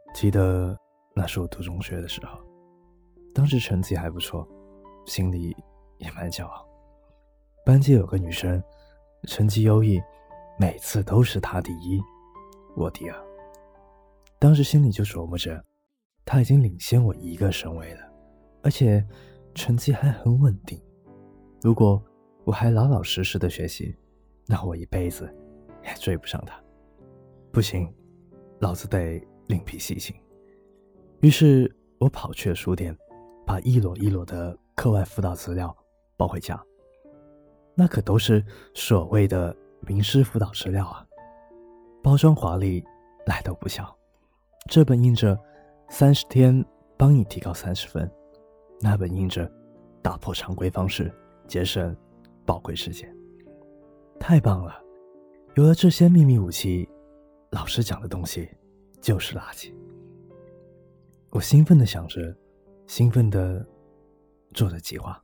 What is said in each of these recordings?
记得那是我读中学的时候，当时成绩还不错，心里也蛮骄傲。班级有个女生成绩优异，每次都是她第一，我第二。当时心里就琢磨着，她已经领先我一个身位了，而且成绩还很稳定。如果我还老老实实的学习，那我一辈子也追不上她。不行，老子得另辟蹊径。于是我跑去了书店，把一摞一摞的课外辅导资料抱回家。那可都是所谓的名师辅导资料啊，包装华丽，来头不小。这本印着30天帮你提高30分，那本印着打破常规方式，节省宝贵时间。太棒了，有了这些秘密武器，老师讲的东西就是垃圾。我兴奋地想着，兴奋地做着计划。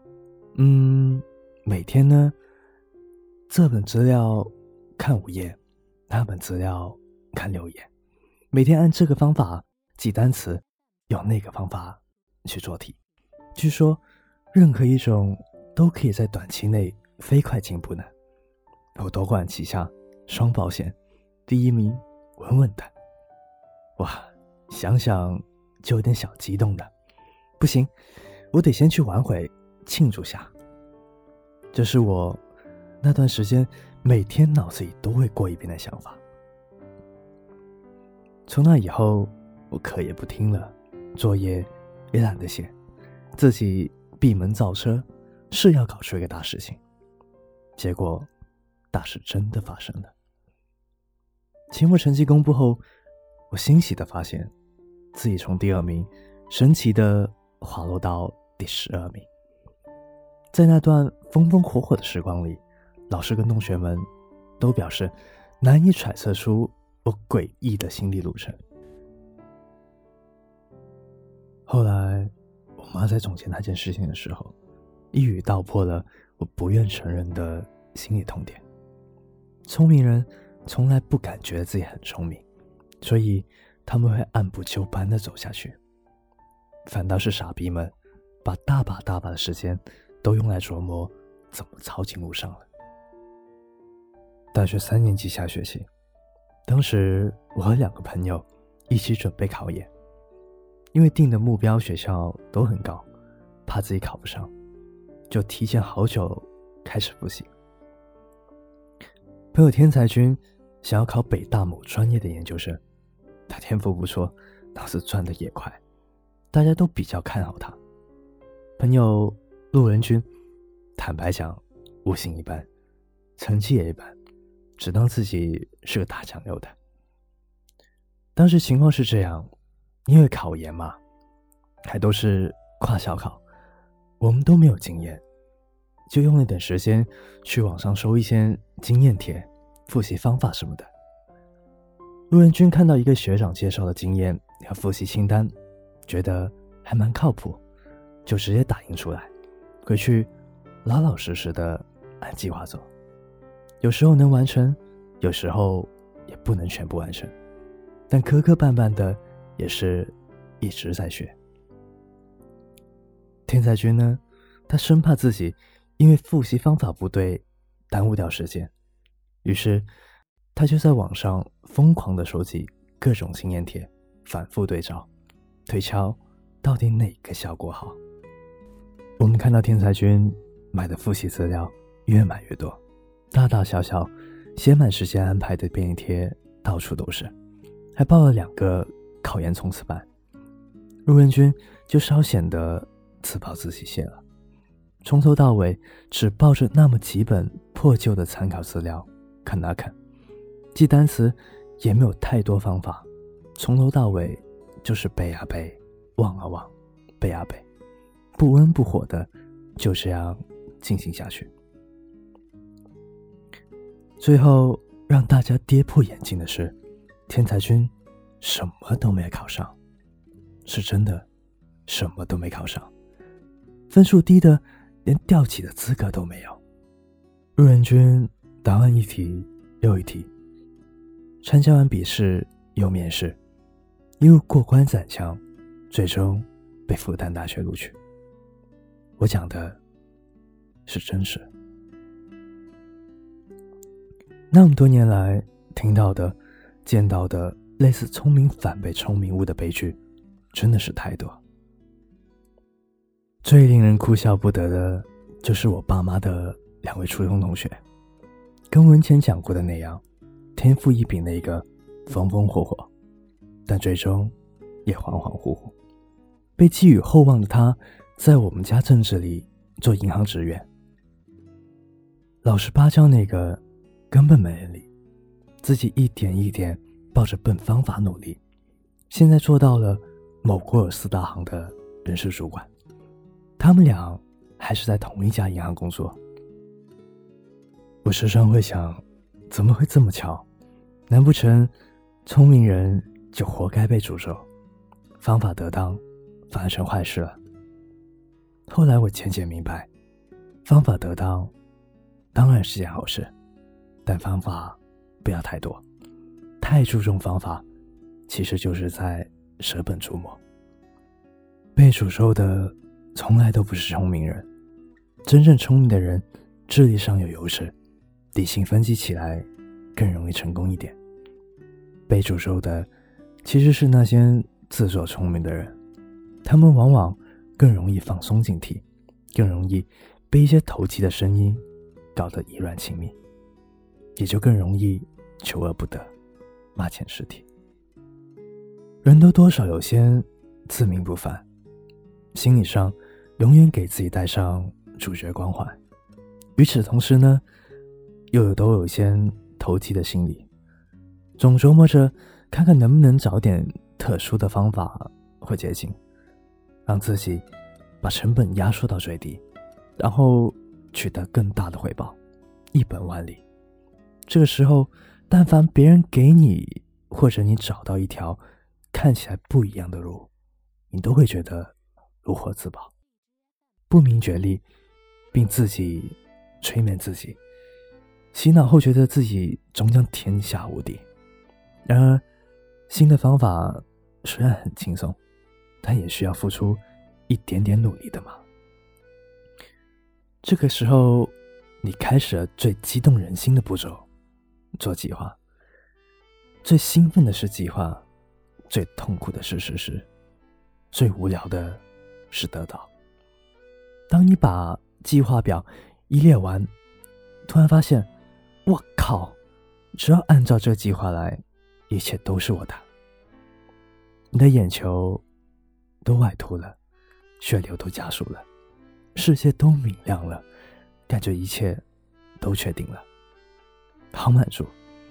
每天呢，这本资料看5页，那本资料看6页。每天按这个方法记单词，用那个方法去做题。据说任何一种都可以在短期内飞快进步呢。我多管齐下，双保险，第1名稳稳的。哇，想想就有点小激动的。不行，我得先去玩会庆祝下。这是我那段时间每天脑子里都会过一遍的想法。从那以后，我课也不听了，作业也懒得写，自己闭门造车，是要搞出一个大事情。结果大事真的发生了。期末成绩公布后，我欣喜地发现自己从第2名神奇地滑落到第12名。在那段风风火火的时光里，老师跟同学们都表示难以揣测出我诡异的心理路程。后来我妈在总结那件事情的时候，一语道破了我不愿承认的心理痛点。聪明人从来不敢觉得自己很聪明，所以他们会按部就班地走下去。反倒是傻逼们把大把大把的时间都用来琢磨怎么抄近路上了。大学3年级下学期，当时我和2个朋友一起准备考研，因为定的目标学校都很高，怕自己考不上，就提前好久开始复习。朋友天才君想要考北大某专业的研究生，他天赋不错，脑子转得也快，大家都比较看好他。朋友路人君坦白讲，悟性一般，成绩也一般，只当自己是个大强溜的。当时情况是这样，因为考研嘛，还都是跨校考，我们都没有经验，就用了点时间去网上搜一些经验帖、复习方法什么的。路人君看到一个学长介绍的经验和复习清单，觉得还蛮靠谱，就直接打印出来，回去老老实实的按计划走。有时候能完成，有时候也不能全部完成，但磕磕绊绊的也是一直在学。天才君呢，他生怕自己因为复习方法不对耽误掉时间，于是他就在网上疯狂地收集各种经验帖，反复对照，推敲到底哪个效果好。我们看到天才君买的复习资料越买越多，大大小小写满时间安排的便利贴到处都是，还报了2个考研冲刺班。路人君就稍显得自暴自弃些了，从头到尾只抱着那么几本破旧的参考资料看啊看，记单词也没有太多方法，从头到尾就是背啊背，忘啊忘，背啊背，不温不火的就这样进行下去。最后让大家跌破眼镜的是，天才君什么都没考上，是真的什么都没考上，分数低的连调起的资格都没有。路人君答完一题又一题，参加完笔试又面试， 一路过关斩将，最终被复旦大学录取。我讲的是真实。那么多年来听到的、见到的类似聪明反被聪明误的悲剧，真的是太多。最令人哭笑不得的就是我爸妈的2位初中同学，跟文前讲过的那样，天赋异禀的一个风风火火，但最终也恍恍惚惚。被寄予厚望的他，在我们家政治里做银行职员，老实巴交那个根本没人理，自己一点一点抱着笨方法努力，现在做到了某国有4大行的人事主管。他们俩还是在同一家银行工作。我时常会想，怎么会这么巧？难不成聪明人就活该被诅咒，方法得当反而成坏事了？后来我渐渐明白，方法得当当然是件好事，但方法不要太多，太注重方法其实就是在舍本逐末。被诅咒的从来都不是聪明人，真正聪明的人智力上有优势，理性分析起来更容易成功一点。被诅咒的其实是那些自作聪明的人，他们往往更容易放松警惕，更容易被一些投机的声音搞得意乱情迷，也就更容易求而不得，骂前尸体。人都多少有些自命不凡，心理上永远给自己带上主角光环，与此同时呢，都有些投机的心理，总琢磨着看看能不能找点特殊的方法或捷径，让自己把成本压缩到最低，然后取得更大的回报，一本万利。这个时候，但凡别人给你，或者你找到一条看起来不一样的路，你都会觉得如获至宝，不明觉厉，并自己催眠自己，洗脑后觉得自己终将天下无敌。然而新的方法虽然很轻松，但也需要付出一点点努力的嘛。这个时候你开始了最激动人心的步骤，做计划。最兴奋的是计划，最痛苦的是实施，最无聊的是得到。当你把计划表一列完，突然发现，我靠，只要按照这计划来，一切都是我的。你的眼球都外凸了，血流都加速了，世界都明亮了，感觉一切都确定了，好满足。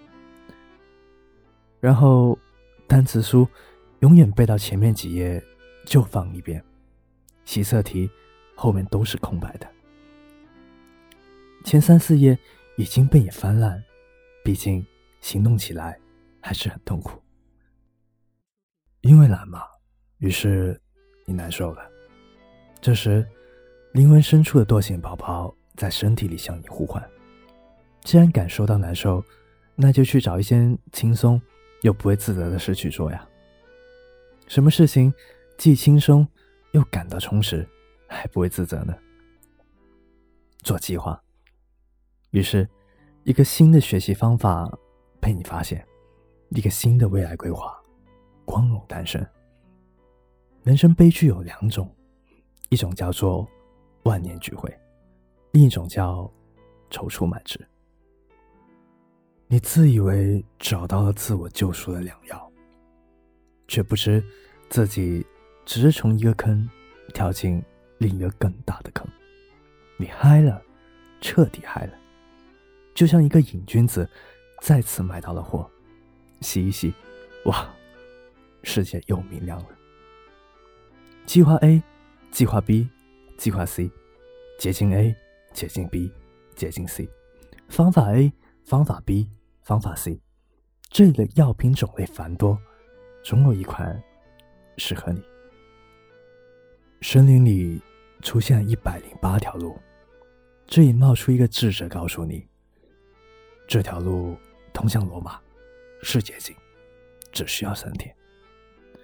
然后单词书永远背到前面几页就放一遍，习测题后面都是空白的，前3、4页已经被你翻烂，毕竟行动起来还是很痛苦。因为懒嘛，于是你难受了。这时灵魂深处的惰性宝宝在身体里向你呼唤，既然感受到难受，那就去找一些轻松又不会自责的事去做呀。什么事情既轻松又感到充实，还不会自责呢？做计划。于是一个新的学习方法被你发现，一个新的未来规划光荣诞生。人生悲剧有2种，一种叫做万念俱灰，另一种叫踌躇满志。你自以为找到了自我救赎的良药，却不知自己只是从一个坑跳进另一个更大的坑。你嗨了，彻底嗨了，就像一个瘾君子再次买到了货，洗一洗，哇，世界又明亮了。计划 A， 计划 B， 计划 C， 捷径 A， 捷径 B， 捷径 C， 方法 A， 方法 B， 方法 C， 这里的药品种类繁多，总有一款适合你。森林里出现了108条路，这里冒出一个智者告诉你，这条路通向罗马，是捷径，只需要3天。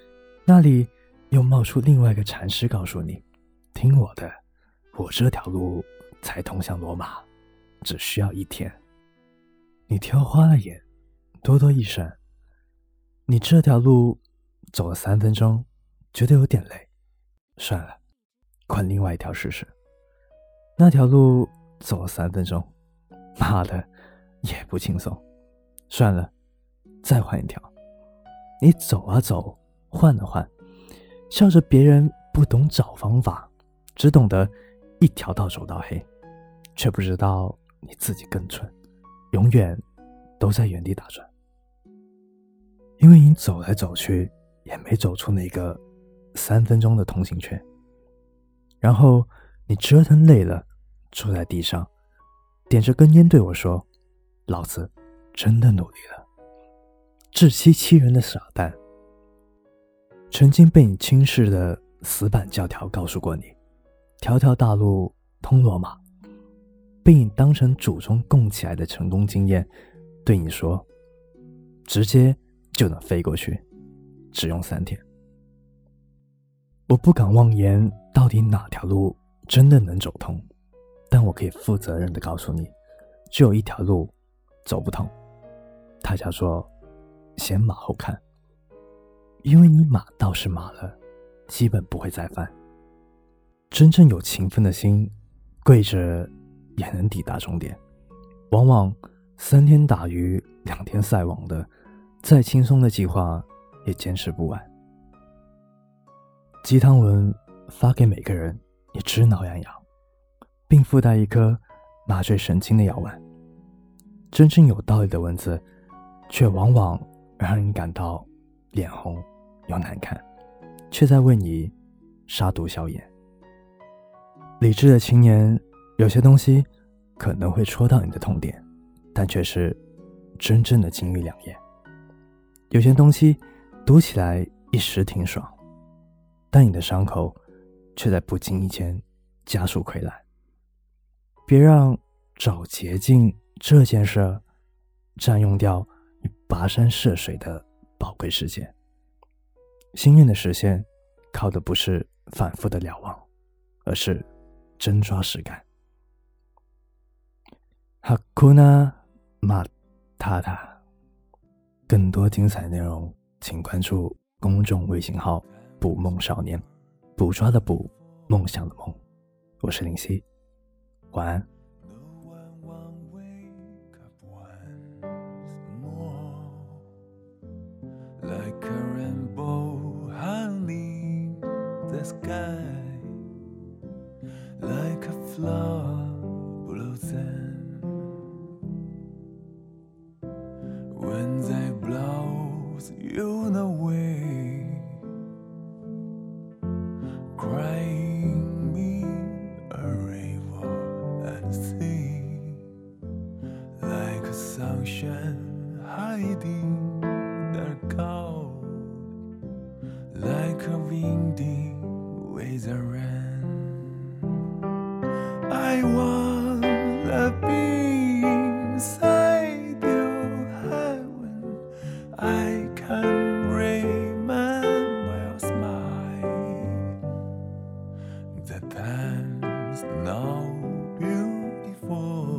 那里又冒出另外一个禅师告诉你，听我的，我这条路才通向罗马，只需要1天。你挑花了眼，多多益善。你这条路走了3分钟，觉得有点累，算了，换另外一条试试。那条路走了3分钟，妈的，也不轻松，算了，再换一条。你走啊走，换啊换，笑着别人不懂找方法，只懂得一条道走到黑，却不知道你自己更蠢，永远都在原地打转。因为你走来走去也没走出那个3分钟的通行圈，然后你折腾累了，坐在地上点着根烟对我说，老子真的努力了。自欺欺人的傻蛋。曾经被你轻视的死板教条告诉过你，条条大路通罗马，被你当成祖宗供起来的成功经验对你说，直接就能飞过去，只用3天。我不敢妄言到底哪条路真的能走通，但我可以负责任地告诉你，只有一条路走不通，它叫做先马后看。因为你马倒是马了，基本不会再犯。真正有勤奋的心，跪着也能抵达终点。往往3天打鱼2天晒网的，再轻松的计划也坚持不完。鸡汤文发给每个人也知挠痒痒，并附带一颗麻醉神经的药丸。真正有道理的文字，却往往让人感到脸红又难看，却在为你杀毒消炎。理智的青年，有些东西可能会戳到你的痛点，但却是真正的金玉良言。有些东西读起来一时挺爽，但你的伤口却在不经意间加速溃烂。别让找捷径这件事占用掉你跋山涉水的宝贵时间。心愿的实现，靠的不是反复的瞭望，而是真抓实干。Hakuna Matata。更多精彩内容，请关注公众微信号“捕梦少年”，捕抓的捕，梦想的梦。我是林夕，晚安。 Sky like a flower blossom when they blows you away, crying me a river and sea like a sunshine hiding the cold, like a windy with a rain. I wanna be inside your heaven. I can remember your smile. The time's now beautiful.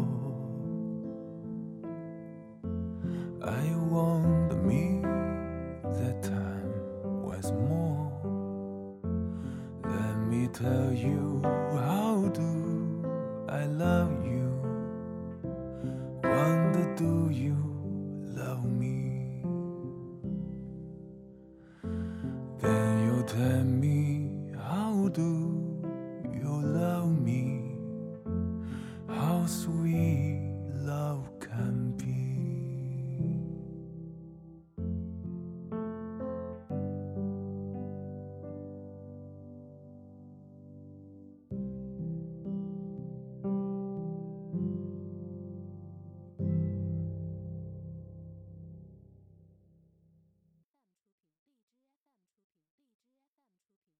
I want me that time was more. Tell you how do I love you. Wonder do you love me? Then you tell me how do